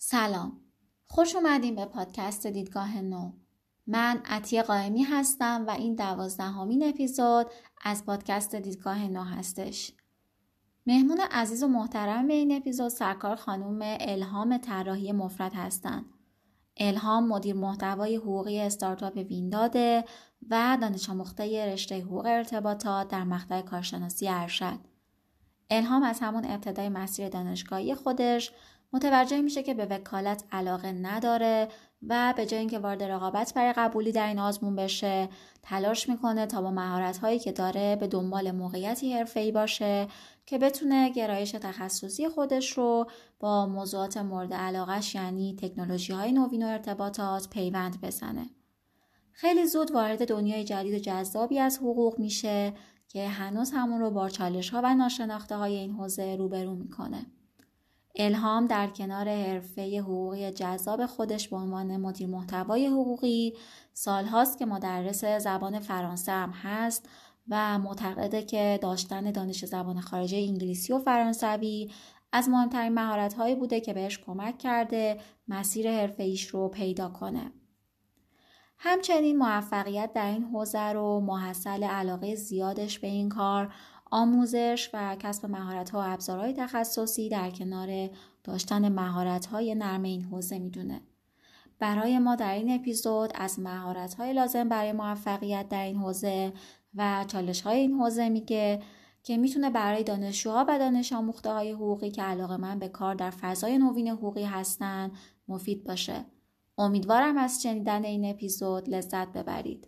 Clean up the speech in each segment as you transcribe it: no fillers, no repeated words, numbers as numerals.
سلام، خوش اومدین به پادکست دیدگاه نو. من عطیه قائمی هستم و این 12مین اپیزود از پادکست دیدگاه نو هستش. مهمون عزیز و محترم به این اپیزود سرکار خانم الهام طراحی مفرد هستند. الهام مدیر محتوای حقوقی استارتاپ وینداده و دانش آموخته رشته حقوق ارتباطات در مقطع کارشناسی ارشد. الهام از همون ابتدای مسیر دانشگاهی خودش متوجه میشه که به وکالت علاقه نداره و به جای اینکه وارد رقابت برای قبولی در این آزمون بشه، تلاش میکنه تا با مهارت‌هایی که داره به دنبال موقعیتی حرفه‌ای باشه که بتونه گرایش تخصصی خودش رو با موضوعات مورد علاقه‌اش یعنی تکنولوژی‌های نوین و ارتباطات پیوند بزنه. خیلی زود وارد دنیای جدید و جذابی از حقوق میشه که هنوز همون رو با چالش‌ها و ناشناخته‌های این حوزه روبرو میکنه. الهام در کنار حرفه حقوقی جذاب خودش به عنوان مدیر محتوای حقوقی سالهاست که مدرس زبان فرانسه هم هست و معتقده که داشتن دانش زبان خارجه انگلیسی و فرانسوی از مهمترین مهارت‌هایی بوده که بهش کمک کرده مسیر حرفه‌ایش رو پیدا کنه. همچنین موفقیت در این حوزه رو محصل علاقه زیادش به این کار، آموزش و کسب مهارت‌ها و ابزارهای تخصصی در کنار داشتن مهارت‌های نرم این حوزه میدونه. برای ما در این اپیزود از مهارت‌های لازم برای موفقیت در این حوزه و چالش‌های این حوزه میگه که میتونه برای دانشجوها و دانش آموخته‌های حقوقی که علاقه‌مند به کار در فضای نوین حقوقی هستن مفید باشه. امیدوارم از شنیدن این اپیزود لذت ببرید.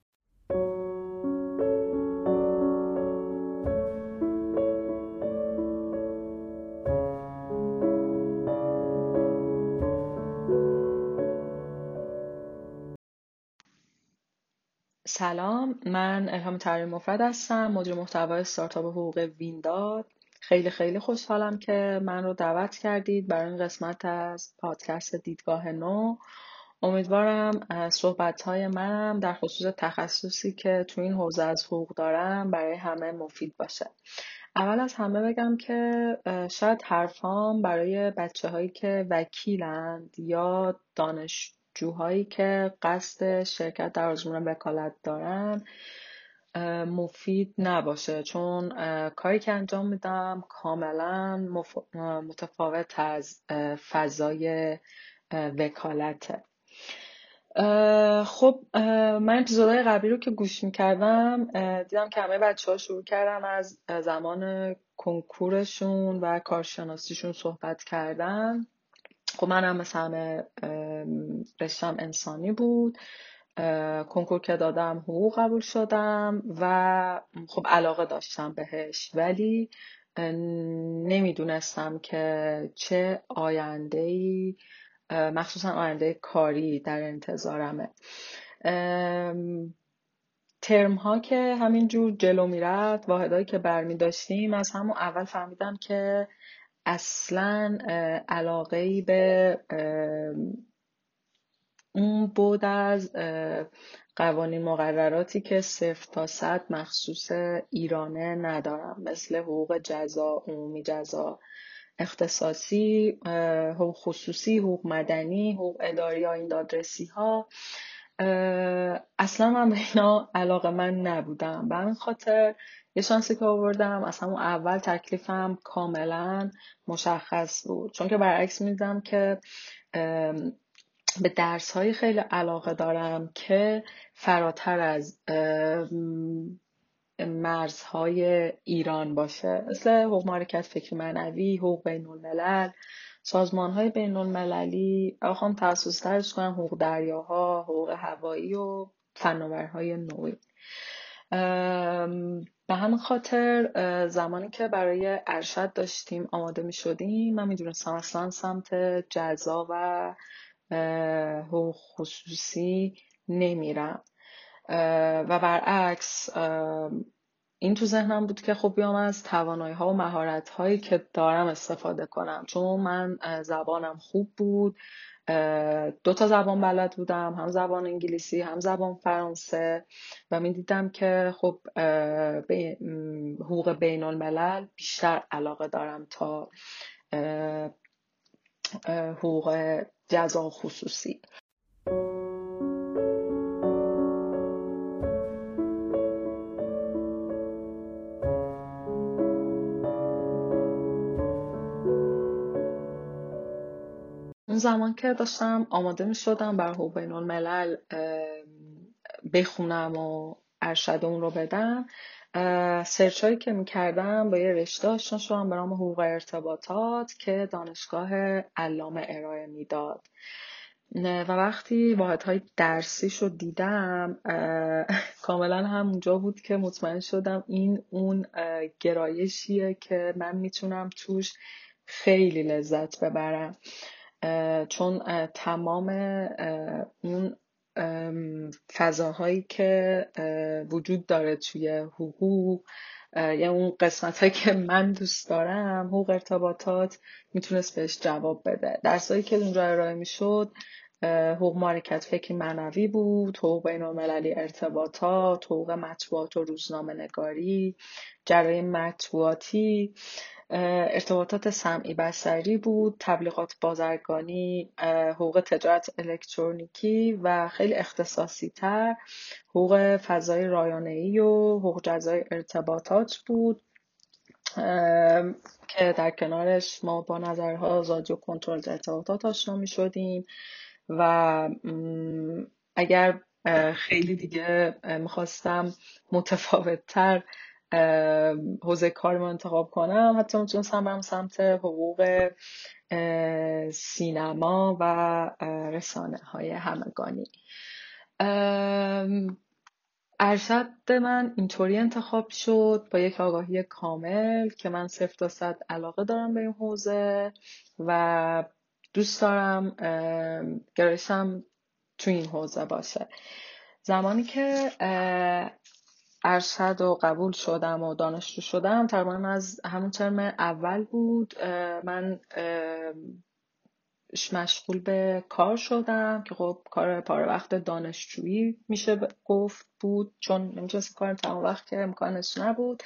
سلام، من الهام طراحی مفرد هستم، مدیر محتوای استارتاپ حقوق وینداد. خیلی خوشحالم که من رو دعوت کردید برای این قسمت از پادکست دیدگاه نو. امیدوارم صحبت‌های منم در خصوص تخصصی که تو این حوزه از حقوق دارم برای همه مفید باشه. اول از همه بگم که شاید حرفام برای بچه‌هایی که وکیلند یا دانشجوهایی که قصد شرکت در آزمون وکالت دارن مفید نباشه، چون کاری که انجام میدم کاملا متفاوت از فضای وکالته. خب من اپیزودهای قبلی رو که گوش میکردم دیدم که همه بچه‌ها شروع کردن از زمان کنکورشون و کارشناسیشون صحبت کردن. خب من هم مثل همه رشتم انسانی بود، کنکور که دادم حقوق قبول شدم و خب علاقه داشتم بهش، ولی نمیدونستم که چه آینده‌ای مخصوصا آینده کاری در انتظارمه. ترم ها که همینجور جلو میرد، واحدهایی که برمی داشتیم، از همون اول فهمیدم که اصلا علاقه‌ای به اون بود از قوانین مقرراتی که 0 تا 100 مخصوص ایرانه ندارم، مثل حقوق جزا، عمومی جزا، اختصاصی، حقوق خصوصی، حقوق مدنی، حقوق اداری، آیین دادرسی ها. اصلا من به اینا علاقه من نبودم. به همین خاطر یه شانسی که آوردم از همون اول تکلیفم کاملا مشخص بود، چون که برعکس میدم که به درس های خیلی علاقه دارم که فراتر از مرزهای ایران باشه، مثل حقوق مالکیت فکری معنوی، حقوق بین الملل، سازمان های بین المللی، بخوام تخصص ترش کنم حقوق دریاها، حقوق هوایی و فناوری‌های نوین. به همین خاطر زمانی که برای ارشد داشتیم آماده می شدیم، من می دونستم اصلا سمت جزا و حقوق خصوصی نمیرم و برعکس این تو ذهنم بود که خب بیام از توانایی ها و مهارت هایی که دارم استفاده کنم، چون من زبانم خوب بود، 2 تا زبان بلد بودم، هم زبان انگلیسی هم زبان فرانسه، و می دیدم که خب به حقوق بین الملل بیشتر علاقه دارم تا حقوق جزا خصوصی. اون زمان که داشتم آماده می شدم برای حقوق بین الملل بخونم و ارشد اون رو بدم، سرچ هایی که می کردم با یه رشته آشنا شدم به نام حقوق ارتباطات که دانشگاه علامه ارائه میداد و وقتی واحدهای درسیش رو دیدم کاملا همونجا بود که مطمئن شدم این اون گرایشیه که من میتونم توش خیلی لذت ببرم، چون تمام اون فضاهایی که وجود داره توی حقوق، یا اون قسمت هایی که من دوست دارم، حقوق ارتباطات میتونست بهش جواب بده. درسایی که اونجا ارائه میشد حقوق مالکیت فکری معنوی بود، حقوق بین المللی ارتباطات، حقوق مطبوعات و روزنامه نگاری، جرایم مطبوعاتی، ارتباطات سمعی بصری بود، تبلیغات بازرگانی، حقوق تجارت الکترونیکی و خیلی اختصاصی تر حقوق فضای رایانه‌ای و حقوق جزای ارتباطات بود که در کنارش ما با نظرها آزادی و کنترل ارتباطات آشنا می شدیم و اگر خیلی دیگه میخواستم متفاوت‌تر حوزه کار رو انتخاب کنم، حتی میتونستم برم سمت حقوق سینما و رسانه های همگانی. ارشد من اینطوری انتخاب شد با یک آگاهی کامل که من 0 تا 100 علاقه دارم به این حوزه و دوست دارم گرایشم تو این حوزه باشه. زمانی که ارشد و قبول شدم و دانشجو شدم تقریبا از همون ترم اول بود من مشغول به کار شدم که خب کار پاره وقت دانشجویی میشه گفت بود، چون نمیتونستم کار تمام وقت که امکانش نبود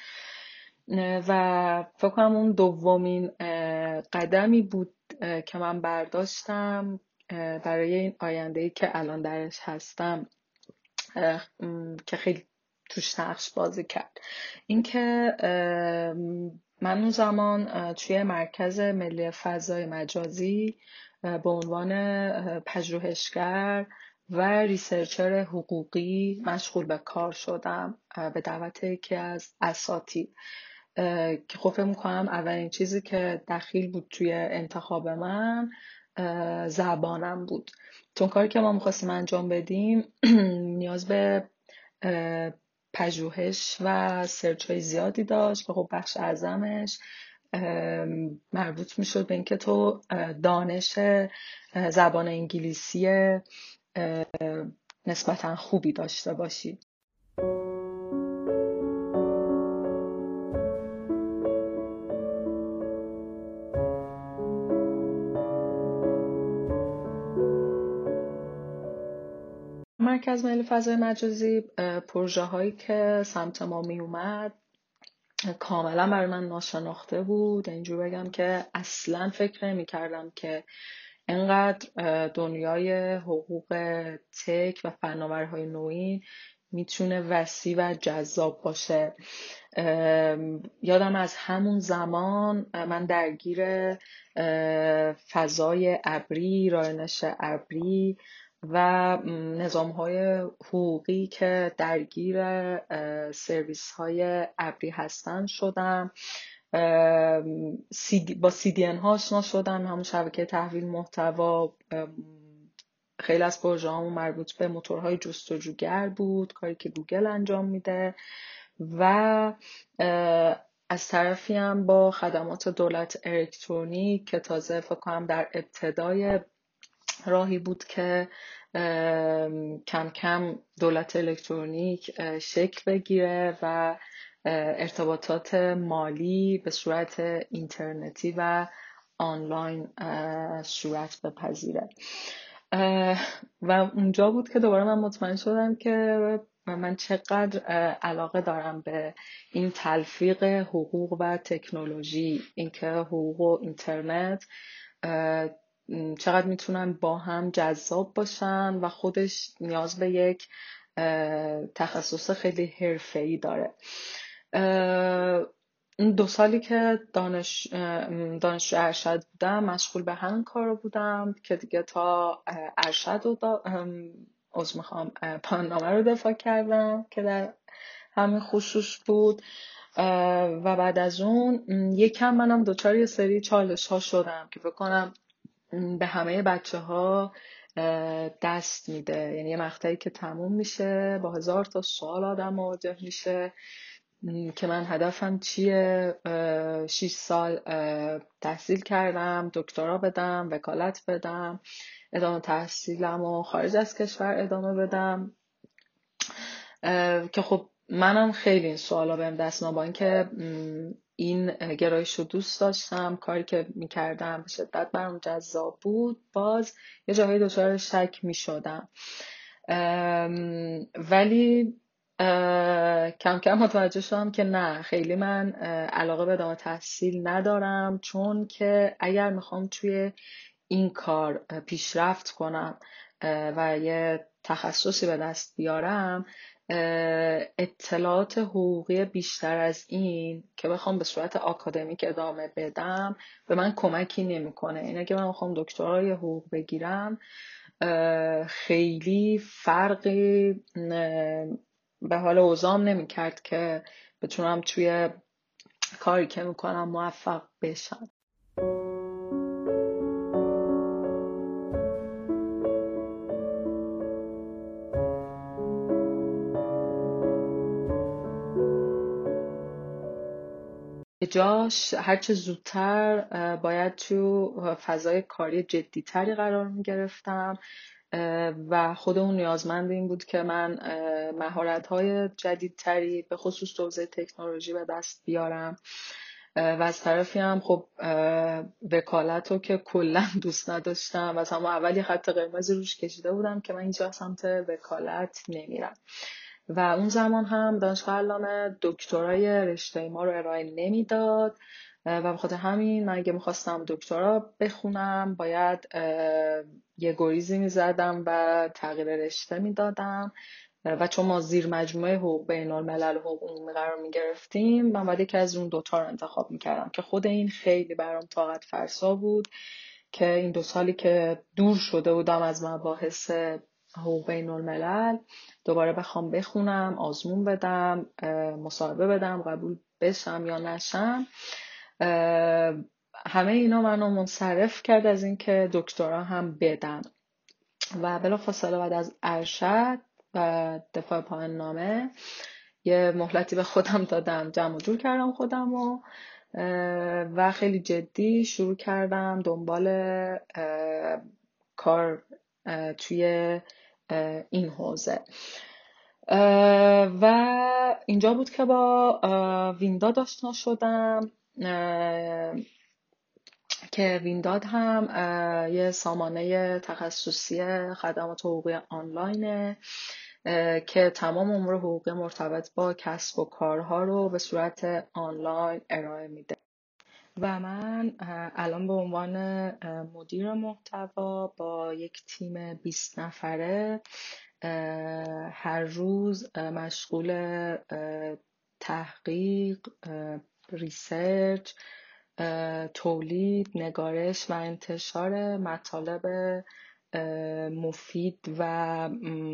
و فکر کنم اون دومین قدمی بود که من برداشتم برای این آینده‌ای که الان درش هستم که خیلی توش نقش بازی کرد. اینکه من اون زمان توی مرکز ملی فضای مجازی به عنوان پژوهشگر و ریسرچر حقوقی مشغول به کار شدم به دعوت یکی از اساتید که خب فکر می‌کنم اولین چیزی که دخیل بود توی انتخاب من زبانم بود، چون کاری که ما می‌خواستیم انجام بدیم نیاز به پژوهش و سرچ های زیادی داشت که خب بخش اعظمش مربوط میشد به اینکه تو دانش زبان انگلیسی نسبتا خوبی داشته باشی. مرکز ملی فضای مجازی پروژه هایی که سمت ما می اومد کاملا برای من ناشناخته بود. اینجور بگم که اصلا فکر نمی کردم که اینقدر دنیای حقوق تک و فناوری‌های نوین میتونه وسیع و جذاب باشه. یادم از همون زمان من درگیر فضای ابری، رایانش ابری و نظام‌های حقوقی که درگیر سرویس‌های ابری هستن شدم. با CDN ها آشنا شدم، همون شبکه تحویل محتوا. خیلی از پروژه هامون مربوط به موتورهای جستجوگر بود، کاری که گوگل انجام میده و از طرفی هم با خدمات دولت الکترونیک که تازه فکر کنم در ابتدای راهی بود که کم کم دولت الکترونیک شکل بگیره و ارتباطات مالی به صورت اینترنتی و آنلاین صورت بپذیره و اونجا بود که دوباره من مطمئن شدم که من چقدر علاقه دارم به این تلفیق حقوق و تکنولوژی، اینکه حقوق و اینترنت چقدر میتونن با هم جذاب باشن و خودش نیاز به یک تخصص خیلی حرفه‌ای داره. این 2 سالی که دانشجو ارشد بودم مشغول به همین کار بودم که دیگه تا ارشد رو پایان نامه رو دفاع کردم که در همین خصوص بود. و بعد از اون یکم منم دچار یه سری چالش ها شدم که فکر کنم به همه بچه ها دست میده. یعنی یه مقطعی که تموم میشه با 1000 تا سوال آدم مواجه میشه که من هدفم چیه. 6 سال تحصیل کردم، دکترا بدم، وکالت بدم، ادامه تحصیلم و خارج از کشور ادامه بدم. که خب منم خیلی این سوالا بهم دست با اینکه این گرایش رو دوست داشتم، کاری که میکردم به شدت برام جذاب بود، باز یه جاهای دچار شک میشدم. ولی کم کم متوجه شدم که نه، خیلی من علاقه به ادامه تحصیل ندارم، چون که اگر میخوام توی این کار پیشرفت کنم و یه تخصصی به دست بیارم، اطلاعات حقوقی بیشتر از این که بخوام به صورت آکادمیک ادامه بدم به من کمکی نمیکنه. این اگه من بخوام دکترای حقوق بگیرم خیلی فرقی به حال اوضاعم نمیکرد که بتونم توی کاری که میکنم موفق بشم. جاش هرچه زودتر باید تو فضای کاری جدیتری قرار میگرفتم و خودمون نیازمند این بود که من مهارت‌های جدیدتری به خصوص تو حوزه تکنولوژی به دست بیارم. و از طرفی هم خب وکالت رو که کلا دوست نداشتم و از همون اولی خط قرمز روش کشیده بودم که من اینجا سمت وکالت نمیرم. و اون زمان هم دانشگاه علامه دکترای رشته ما رو ارائه نمیداد و بخاطر همین من اگه میخواستم دکترا بخونم باید یه گریزی میزدم و تغییر رشته میدادم و چون ما زیر مجموعه حقوق بین الملل و حقوق عمومی قرار میگرفتیم، من باید یکی از اون 2 تا رو انتخاب میکردم که خود این خیلی برام طاقت فرسا بود که این 2 سالی که دور شده بودم از مباحث حقوق بین الملل دوباره بخوام بخونم، آزمون بدم، مصاحبه بدم، قبول بشم یا نشم. همه اینا منو منصرف کرد از اینکه دکترا هم بدم و بلافاصله بعد از ارشد و دفاع پایان نامه یه مهلتی به خودم دادم، جمع جور کردم خودم و خیلی جدی شروع کردم دنبال کار توی این حوزه. و اینجا بود که با وینداد آشنا شدم که وینداد هم یه سامانه تخصصی خدمات حقوقی آنلاینه که تمام امور حقوقی مرتبط با کسب و کارها رو به صورت آنلاین ارائه میده. و من الان به عنوان مدیر محتوا با یک تیم 20 نفره هر روز مشغول تحقیق، ریسرچ، تولید، نگارش و انتشار مطالب مفید و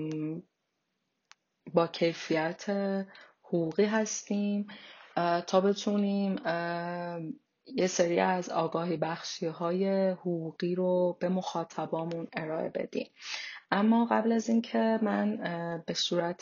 با کیفیت حقوقی هستیم تا بتونیم یه سری از آگاهی بخشی های حقوقی رو به مخاطبامون ارائه بدیم. اما قبل از این که من به صورت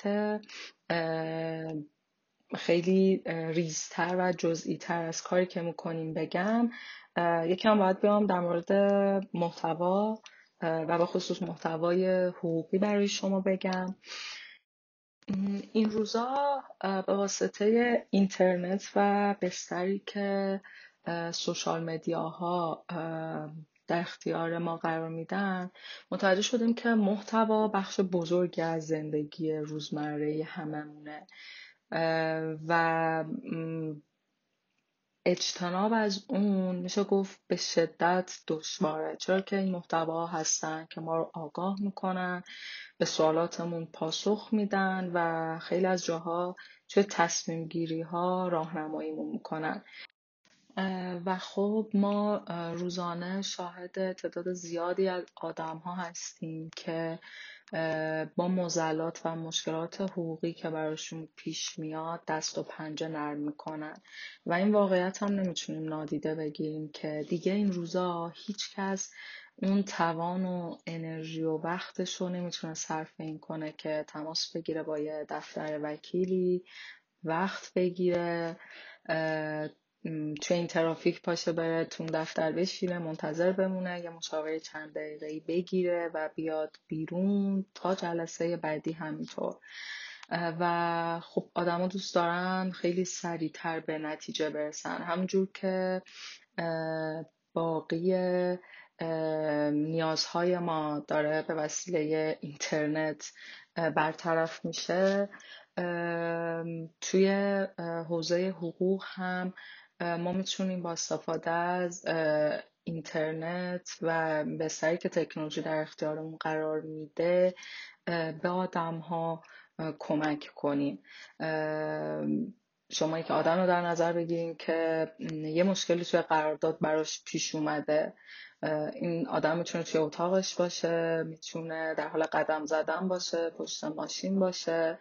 خیلی ریزتر و جزئی تر از کاری که میکنیم بگم، یکم باید بیام در مورد محتوا و به خصوص محتوای حقوقی برای شما بگم. این روزا به واسطه اینترنت و بستری که سوشال مدیاها در اختیار ما قرار میدن متوجه شدیم که محتوا بخش بزرگی از زندگی روزمره هممونه و اجتناب از اون میشه گفت به شدت دشواره، چرا که این محتوا هستن که ما رو آگاه میکنن، به سوالاتمون پاسخ میدن و خیلی از جاها توی تصمیم گیری ها راهنماییمون میکنن. و خب ما روزانه شاهد تعداد زیادی از آدم ها هستیم که با معضلات و مشکلات حقوقی که براشون پیش میاد دست و پنجه نرم میکنن و این واقعیت هم نمیتونیم نادیده بگیریم که دیگه این روزا هیچ کس اون توان و انرژی و وقتش رو نمیتونه صرف این کنه که تماس بگیره با یه دفتر وکیلی، وقت بگیره توی این ترافیک پاشه بره تو دفتر بشینه منتظر بمونه یه مشاوره چند دقیقه‌ای بگیره و بیاد بیرون تا جلسه بعدی همینطور. و خب آدما دوست دارن خیلی سریعتر به نتیجه برسن، همونجور که باقی نیازهای ما داره به وسیله اینترنت برطرف میشه. توی حوزه حقوق هم ما میتونیم با استفاده از اینترنت و بستری که تکنولوژی در اختیارمون قرار میده به آدم ها کمک کنیم. شما یک آدم رو در نظر بگیریم که یه مشکلی توی قرارداد براش پیش اومده، این آدم میتونه توی اتاقش باشه، میتونه در حال قدم زدن باشه، پشت ماشین باشه،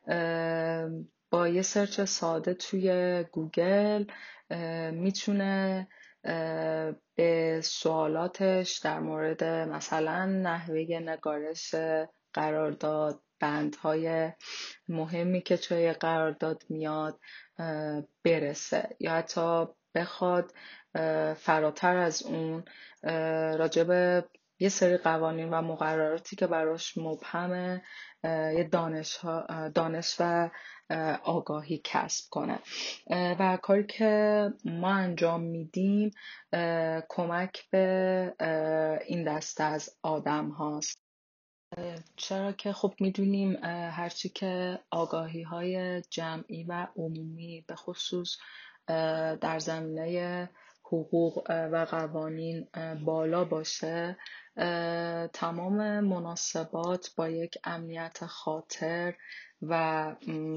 با یه سرچ ساده توی گوگل میتونه به سوالاتش در مورد مثلا نحوه نگارش قرارداد، بندهای مهمی که توی قرارداد میاد برسه، یا حتی بخواد فراتر از اون راجب یه سری قوانین و مقرراتی که براش مبهمه یه دانش و آگاهی کسب کنه. و کاری که ما انجام میدیم کمک به این دسته از آدم هاست، چرا که خب میدونیم هرچی که آگاهی های جمعی و عمومی به خصوص در زمینه حقوق و قوانین بالا باشه، تمام مناسبات با یک امنیت خاطر و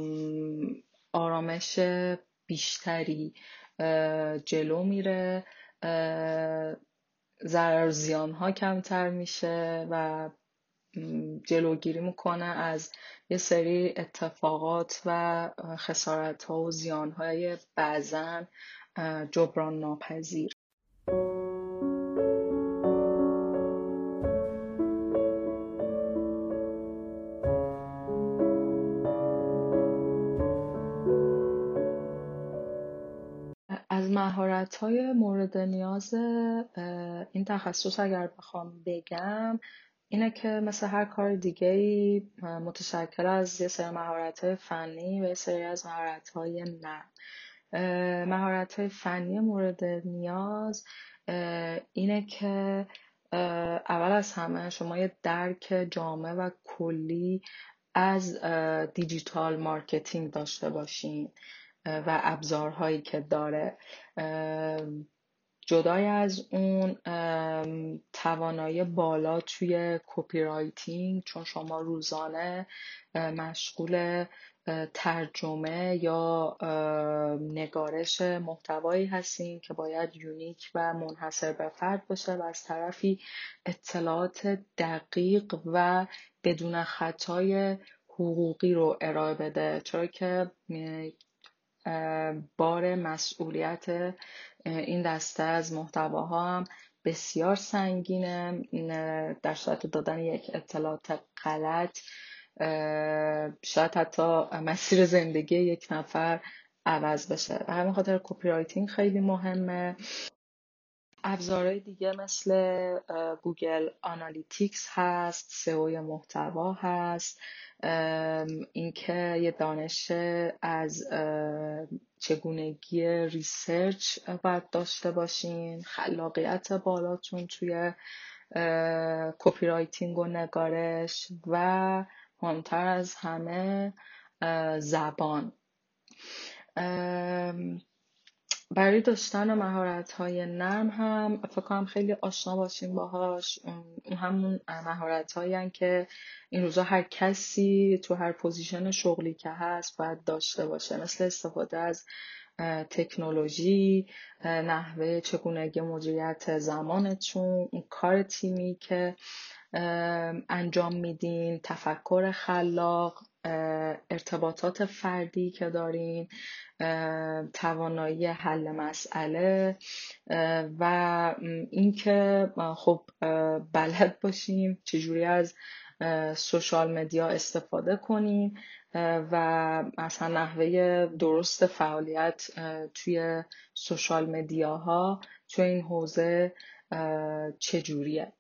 آرامش بیشتری جلو میره، ضرر زیان ها کمتر میشه و جلوگیری میکنه از یه سری اتفاقات و خسارت ها و زیان های بعضن جبران ناپذیر. از مهارت‌های مورد نیاز این تخصص اگر بخوام بگم اینه که مثل هر کار دیگه‌ای متشکل از یه سری مهارت‌های فنی و یه سری از مهارت‌های نرم. مهارت‌های فنی مورد نیاز اینه که اول از همه شما یه درک جامع و کلی از دیجیتال مارکتینگ داشته باشین و ابزارهایی که داره. جدای از اون توانایی بالا توی کپی رایتینگ، چون شما روزانه مشغول ترجمه یا نگارش محتوایی هستین که باید یونیک و منحصر به فرد باشه و از طرفی اطلاعات دقیق و بدون خطای حقوقی رو ارائه بده، چرا که بار مسئولیت این دسته از محتواها هم بسیار سنگینه. در صورت دادن یک اطلاعات غلط شاید حتی مسیر زندگی یک نفر عوض بشه. به همین خاطر کپی رایتینگ خیلی مهمه. ابزارهای دیگه مثل گوگل آنالیتیکس هست، سئو محتوا هست، اینکه یه دانش از چگونگی ریسرچ باید داشته باشین، خلاقیت بالاتون توی کپی رایتینگ و نگارش، و مهمتر از همه زبان. برای داشتن مهارت‌های نرم هم فکر کنم خیلی آشنا باشیم باهاش. اون همون مهارت‌هایی هستن که این روزا هر کسی تو هر پوزیشن شغلی که هست باید داشته باشه، مثل استفاده از تکنولوژی، نحوه چگونگی مدیریت زمانتون، اون کار تیمی که انجام میدین، تفکر خلاق، ارتباطات فردی که دارین، توانایی حل مسئله و اینکه خب بلد باشیم چجوری از سوشال مدیا استفاده کنیم و مثلا نحوه درست فعالیت توی سوشال مدیاها توی این حوزه چجوریه.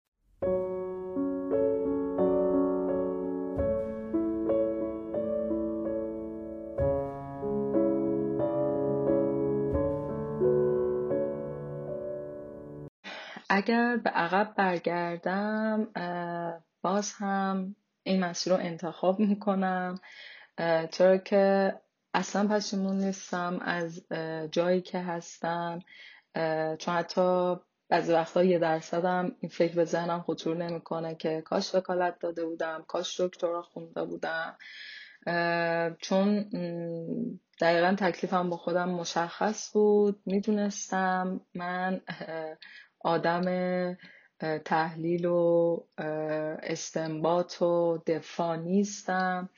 اگر به عقب برگردم باز هم این مسیر رو انتخاب میکنم، چرا که اصلا پشیمون نیستم از جایی که هستم، چون حتی بعضی وقتا 1% هم این فکر به ذهنم خطور نمیکنه که کاش وکالت داده بودم، کاش دکترا خونده بودم، چون دقیقا تکلیفم با خودم مشخص بود. میدونستم من آدم تحلیل و استنباط و دفاع نیستم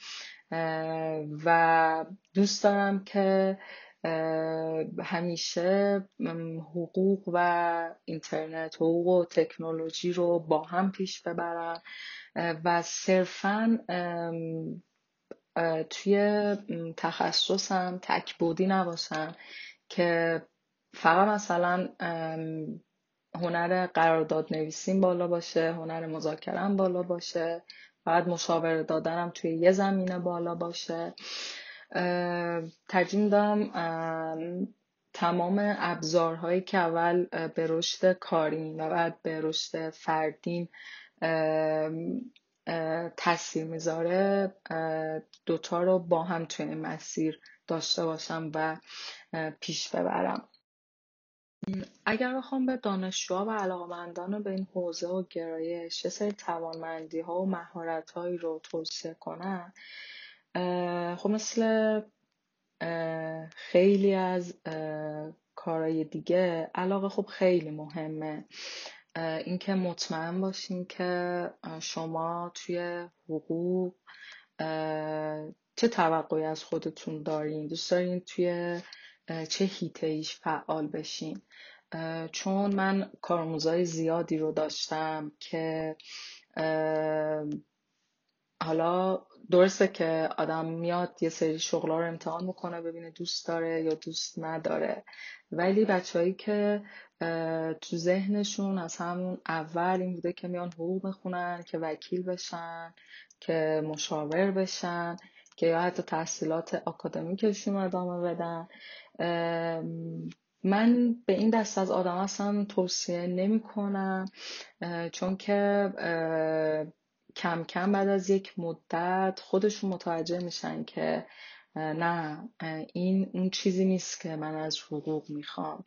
و دوست دارم که همیشه حقوق و اینترنت، حقوق و تکنولوژی رو با هم پیش ببرم و صرفاً توی تخصصم تک‌بعدی نباشم که فقط مثلا هنر قرارداد نویسیم بالا باشه، هنر مذاکرم بالا باشه، فقط مشاوره دادنم توی یه زمینه بالا باشه. ترجیح میدم تمام ابزارهایی که اول به رشد کاریم و بعد به رشد فردیم تاثیر میذاره، دوتا رو با هم توی این مسیر داشته باشم و پیش ببرم. اگر بخوام به دانشجوها و علاقه‌مندان به این حوزه و گرایش یه سری توانمندی‌ها و مهارت‌هایی رو توصیه کنم، خب مثل خیلی از کارهای دیگه علاقه خب خیلی مهمه. اینکه مطمئن باشین که شما توی حقوق چه توقعی از خودتون دارین، دوست دارین توی چه حیطه‌ایش فعال بشین. چون من کارآموزای زیادی رو داشتم که حالا درسته که آدم میاد یه سری شغلا رو امتحان میکنه ببینه دوست داره یا دوست نداره، ولی بچه‌هایی که تو ذهنشون از همون اول این بوده که میان حقوق بخونن که وکیل بشن، که مشاور بشن، که یا حتی تحصیلات آکادمیکشون رو ادامه بدن، من به این دست از آدم اصلا توصیه نمی کنم، چون که کم کم بعد از یک مدت خودشون متوجه میشن که نه، این اون چیزی نیست که من از حقوق میخوام.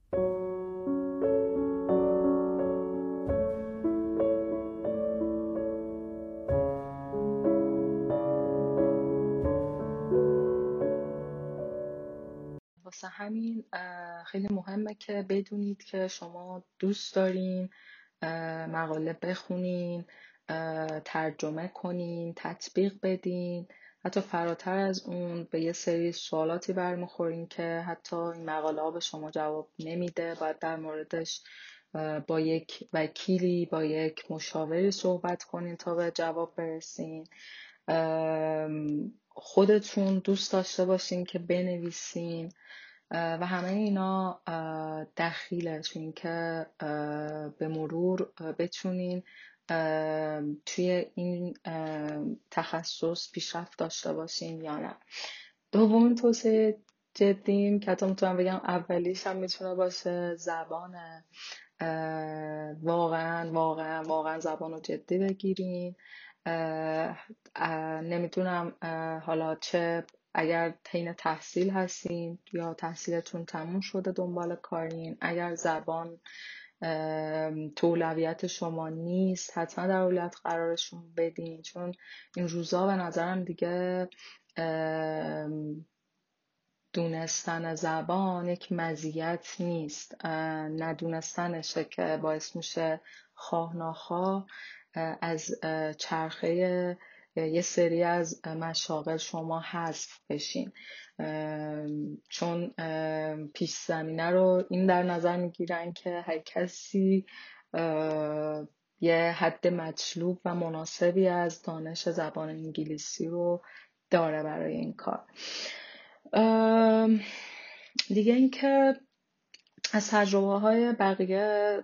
واسه همین خیلی مهمه که بدونید که شما دوست دارین مقاله بخونین، ترجمه کنین، تطبیق بدین، حتی فراتر از اون به یه سری سوالاتی برمیخورین که حتی این مقاله ها به شما جواب نمیده، باید در موردش با یک وکیلی، با یک مشاوری صحبت کنین تا به جواب برسین. خودتون دوست داشته باشین که بنویسین و همه اینا دخیله، چون که به مرور بتونین توی این تخصص پیشرفت داشته باشین یا نه. دومین توصیه جدیم که حتی میتونم بگم اولیش هم میتونه باشه زبانه. واقعا زبان رو جدی بگیرین. نمیدونم حالا چه اگر حین تحصیل هستین یا تحصیلتون تموم شده دنبال کارین، اگر زبان تو اولویت شما نیست حتما در اولویت قرارشون بدین، چون این روزا به نظرم دیگه دونستن زبان یک مزیت نیست، ندونستنشه که باعث میشه خواه ناخواه از چرخه یه سری از مشاغل شما حذف بشین، چون پیش زمینه رو این در نظر میگیرن که هر کسی یه حد مطلوب و مناسبی از دانش زبان انگلیسی رو داره برای این کار. دیگه اینکه از تجربه های بقیه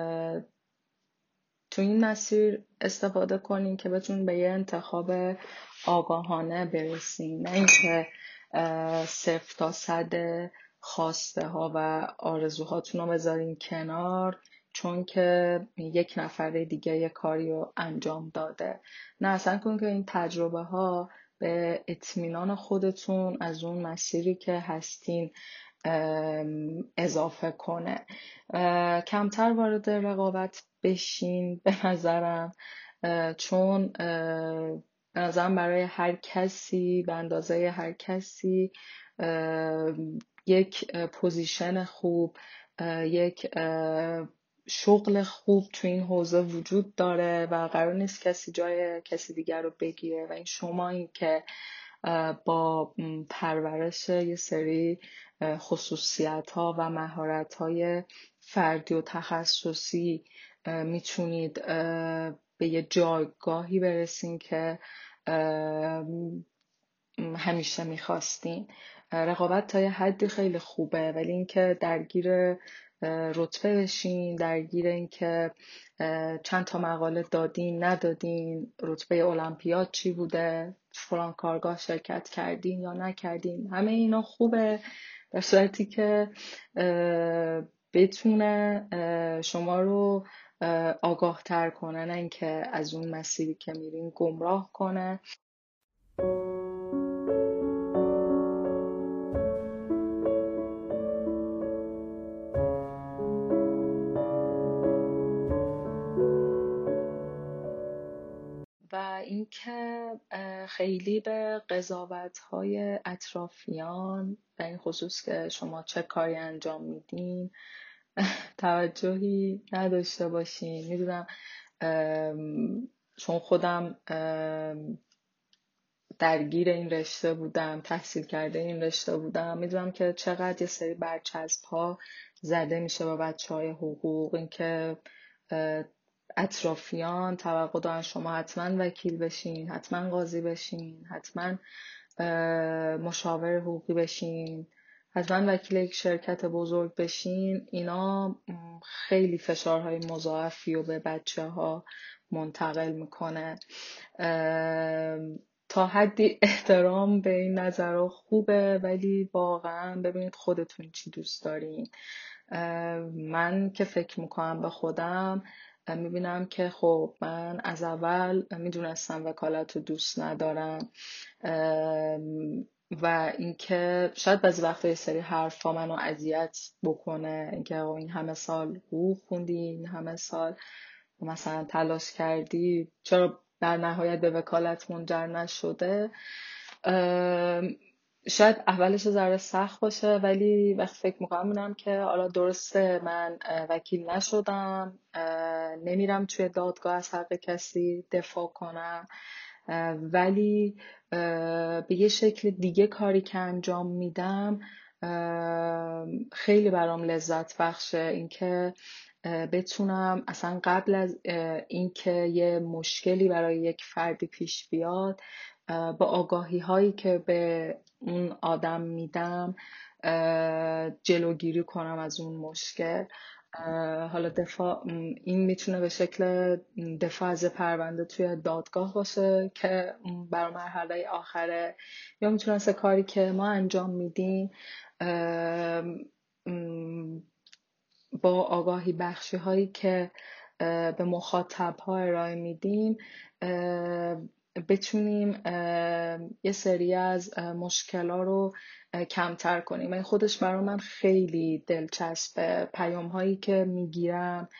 تو این مسیر استفاده کنین که بتونین به یه انتخاب آگاهانه برسین، نه اینکه 0 تا 100 خواسته ها و آرزوهاتون رو بذارین کنار چون که یک نفر دیگه یه کاری رو انجام داده. نه، اصلا کن که این تجربه ها به اطمینان خودتون از اون مسیری که هستین اضافه کنه. کمتر وارد رقابت بشین به نظرم، چون به نظرم برای هر کسی به اندازه هر کسی یک پوزیشن خوب، یک شغل خوب تو این حوزه وجود داره و قرار نیست کسی جای کسی دیگر رو بگیره و این شما این که با پرورش یه سری خصوصیت ها و مهارت های فردی و تخصصی میتونید به یه جایگاهی برسین که همیشه میخواستین. رقابت تا یه حدی خیلی خوبه، ولی اینکه درگیر رتبه بشین، درگیر اینکه چند تا مقاله دادین ندادین، رتبه المپیاد چی بوده، فلان کارگاه شرکت کردین یا نکردین، همه اینا خوبه در صورتی که بتونه شما رو آگاه تر کنه، نه اینکه از اون مسیری که میرین گمراه کنه. و اینکه خیلی به قضاوت‌های اطرافیان در این خصوص که شما چه کاری انجام میدین توجهی نداشته باشین. میدونم چون خودم درگیر این رشته بودم، تحصیل کرده این رشته بودم، میدونم که چقدر یه سری برچسب ها زده میشه با بچه‌های حقوق، اینکه اطرافیان توقع دارن شما حتما وکیل بشین، حتما قاضی بشین، حتما مشاور حقوقی بشین، حتما وکیل یک شرکت بزرگ بشین. اینا خیلی فشارهای مضاعفی رو به بچه ها منتقل میکنه. تا حدی احترام به این نظرها خوبه، ولی واقعا ببینید خودتون چی دوست دارین. من که فکر میکنم به خودم میبینم که خب من از اول میدونستم وکالت رو دوست ندارم و اینکه شاید بعضی وقتا یه سری حرفا منو اذیت بکنه، اینکه این همه سال حقوق خوندی، این همه سال مثلا تلاش کردی، چرا در نهایت به وکالت منجر نشده. شاید اولش ذره سخت باشه، ولی وقت فکر میکنم که حالا درسته من وکیل نشدم، نمیرم توی دادگاه از حق کسی دفاع کنم، ولی به یه شکل دیگه کاری که انجام میدم خیلی برام لذت بخشه. اینکه بتونم اصلا قبل از اینکه یه مشکلی برای یک فردی پیش بیاد با آگاهی هایی که به اون آدم میدم جلوگیری کنم از اون مشکل. حالا دفاع این میتونه به شکل دفاع از پرونده توی دادگاه باشه که برای مرحله آخره، یا میتونه مثل کاری که ما انجام میدیم با آگاهی بخشی هایی که به مخاطب ها ارائه میدیم بتونیم یه سری از مشکلات رو کمتر کنیم. این خودش برای من خیلی دلچسبه. پیام هایی که میگیرم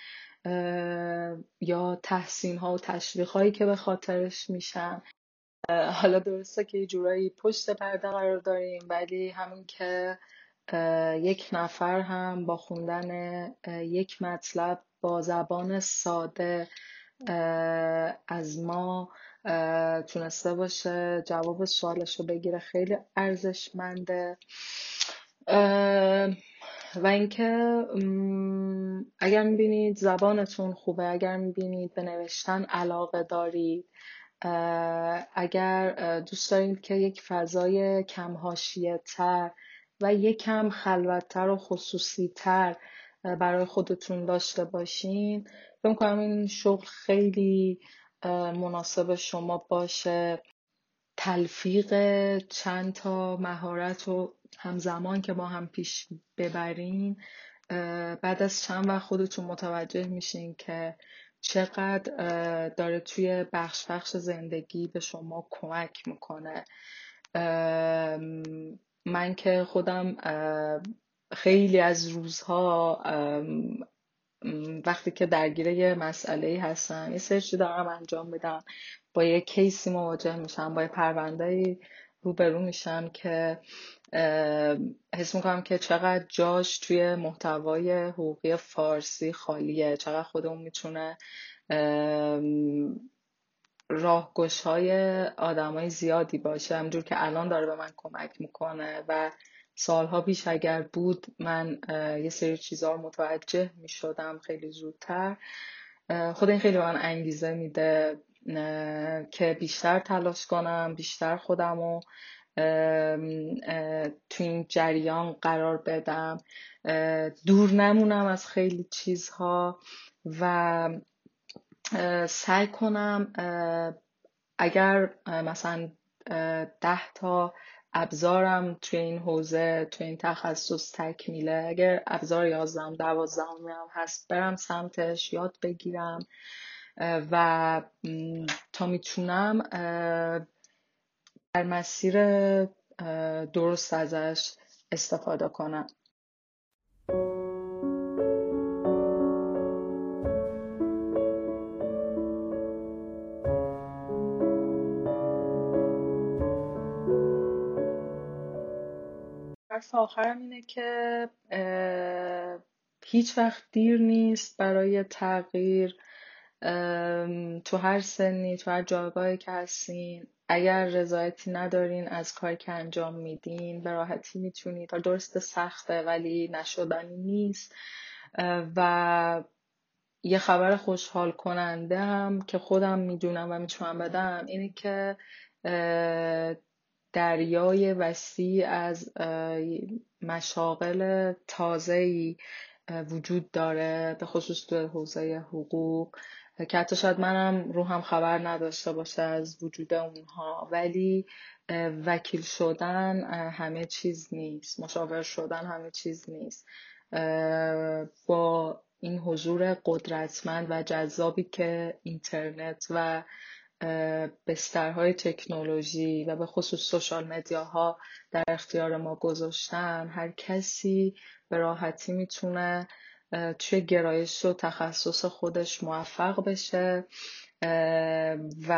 یا تحسین ها و تشویق هایی که به خاطرش میشم، حالا درسته که یه جورایی پشت پرده قرار داریم، ولی همین که یک نفر هم با خوندن یک مطلب با زبان ساده از ما تونسته باشه جواب سوالش رو بگیره، خیلی ارزشمنده. و اینکه اگر میبینید زبانتون خوبه، اگر میبینید به نوشتن علاقه دارید، اگر دوست دارید که یک فضای کم حاشیه تر و یک کم خلوتتر و خصوصی تر برای خودتون داشته باشین، فکر می‌کنم این شغل خیلی مناسب شما باشه. تلفیق چند تا مهارت رو همزمان که با هم پیش ببرین، بعد از چند وقت خودتون متوجه میشین که چقدر داره توی بخش زندگی به شما کمک میکنه. من که خودم خیلی از روزها وقتی که درگیر یه مسئله‌ای هستم، یه سرچی دارم انجام میدم، با یه کیسی مواجه میشم، با یه پرونده‌ای روبرو میشم که حس میکنم که چقدر جاش توی محتوای حقوقی فارسی خالیه، چقدر خودمون میتونه راهگشای آدمای زیادی باشه، همجور که الان داره به من کمک میکنه و سالها پیش اگر بود من یه سری چیزها رو متوجه میشدم خیلی زودتر. خود این خیلی به من انگیزه میده که بیشتر تلاش کنم، بیشتر خودم رو تو این جریان قرار بدم، دور نمونم از خیلی چیزها و سعی کنم اگر مثلا 10 تا ابزارم توی این حوزه، توی این تخصص تکمیله، اگر ابزار 11 12 هم هست برم سمتش، یاد بگیرم و تا میتونم در مسیر درست ازش استفاده کنم. حرف آخرم اینه که هیچ وقت دیر نیست برای تغییر. تو هر سنی، تو هر جایگاهی که هستین، اگر رضایتی ندارین از کاری که انجام میدین، به راحتی میتونید، درست سخته ولی نشدنی نیست. و یه خبر خوشحال کننده هم که خودم میدونم و میتونم بدم اینه که دریای وسیع از مشاغل تازه‌ای وجود داره، به خصوص تو حوزه حقوق، که حتی شاید منم روحم خبر نداشته باشه از وجود اونها، ولی وکیل شدن همه چیز نیست، مشاور شدن همه چیز نیست. با این حضور قدرتمند و جذابی که اینترنت و بسترهای تکنولوژی و به خصوص سوشال مدیاها در اختیار ما گذاشتن، هر کسی به راحتی میتونه توی گرایش و تخصص خودش موفق بشه و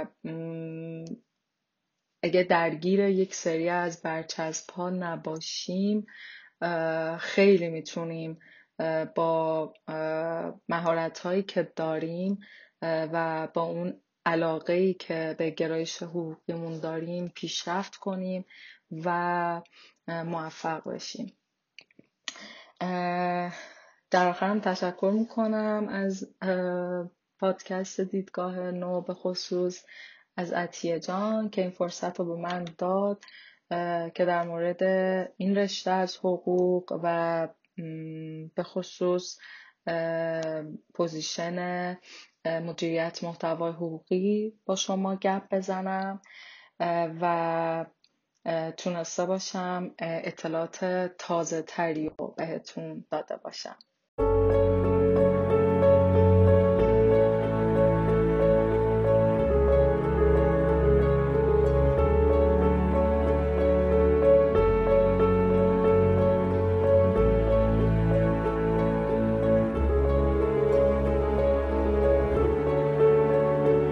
اگه درگیر یک سری از برچسب‌ها نباشیم خیلی میتونیم با مهارت‌هایی که داریم و با اون علاقه‌ای که به گرایش حقوقیمون داریم پیشرفت کنیم و موفق بشیم. در آخرم تشکر میکنم از پادکست دیدگاه نو، به خصوص از عطیه جان که این فرصت رو به من داد که در مورد این رشته از حقوق و به خصوص پوزیشن مدیریت محتوای حقوقی با شما گپ بزنم و تونسته باشم اطلاعات تازه تری رو بهتون داده باشم.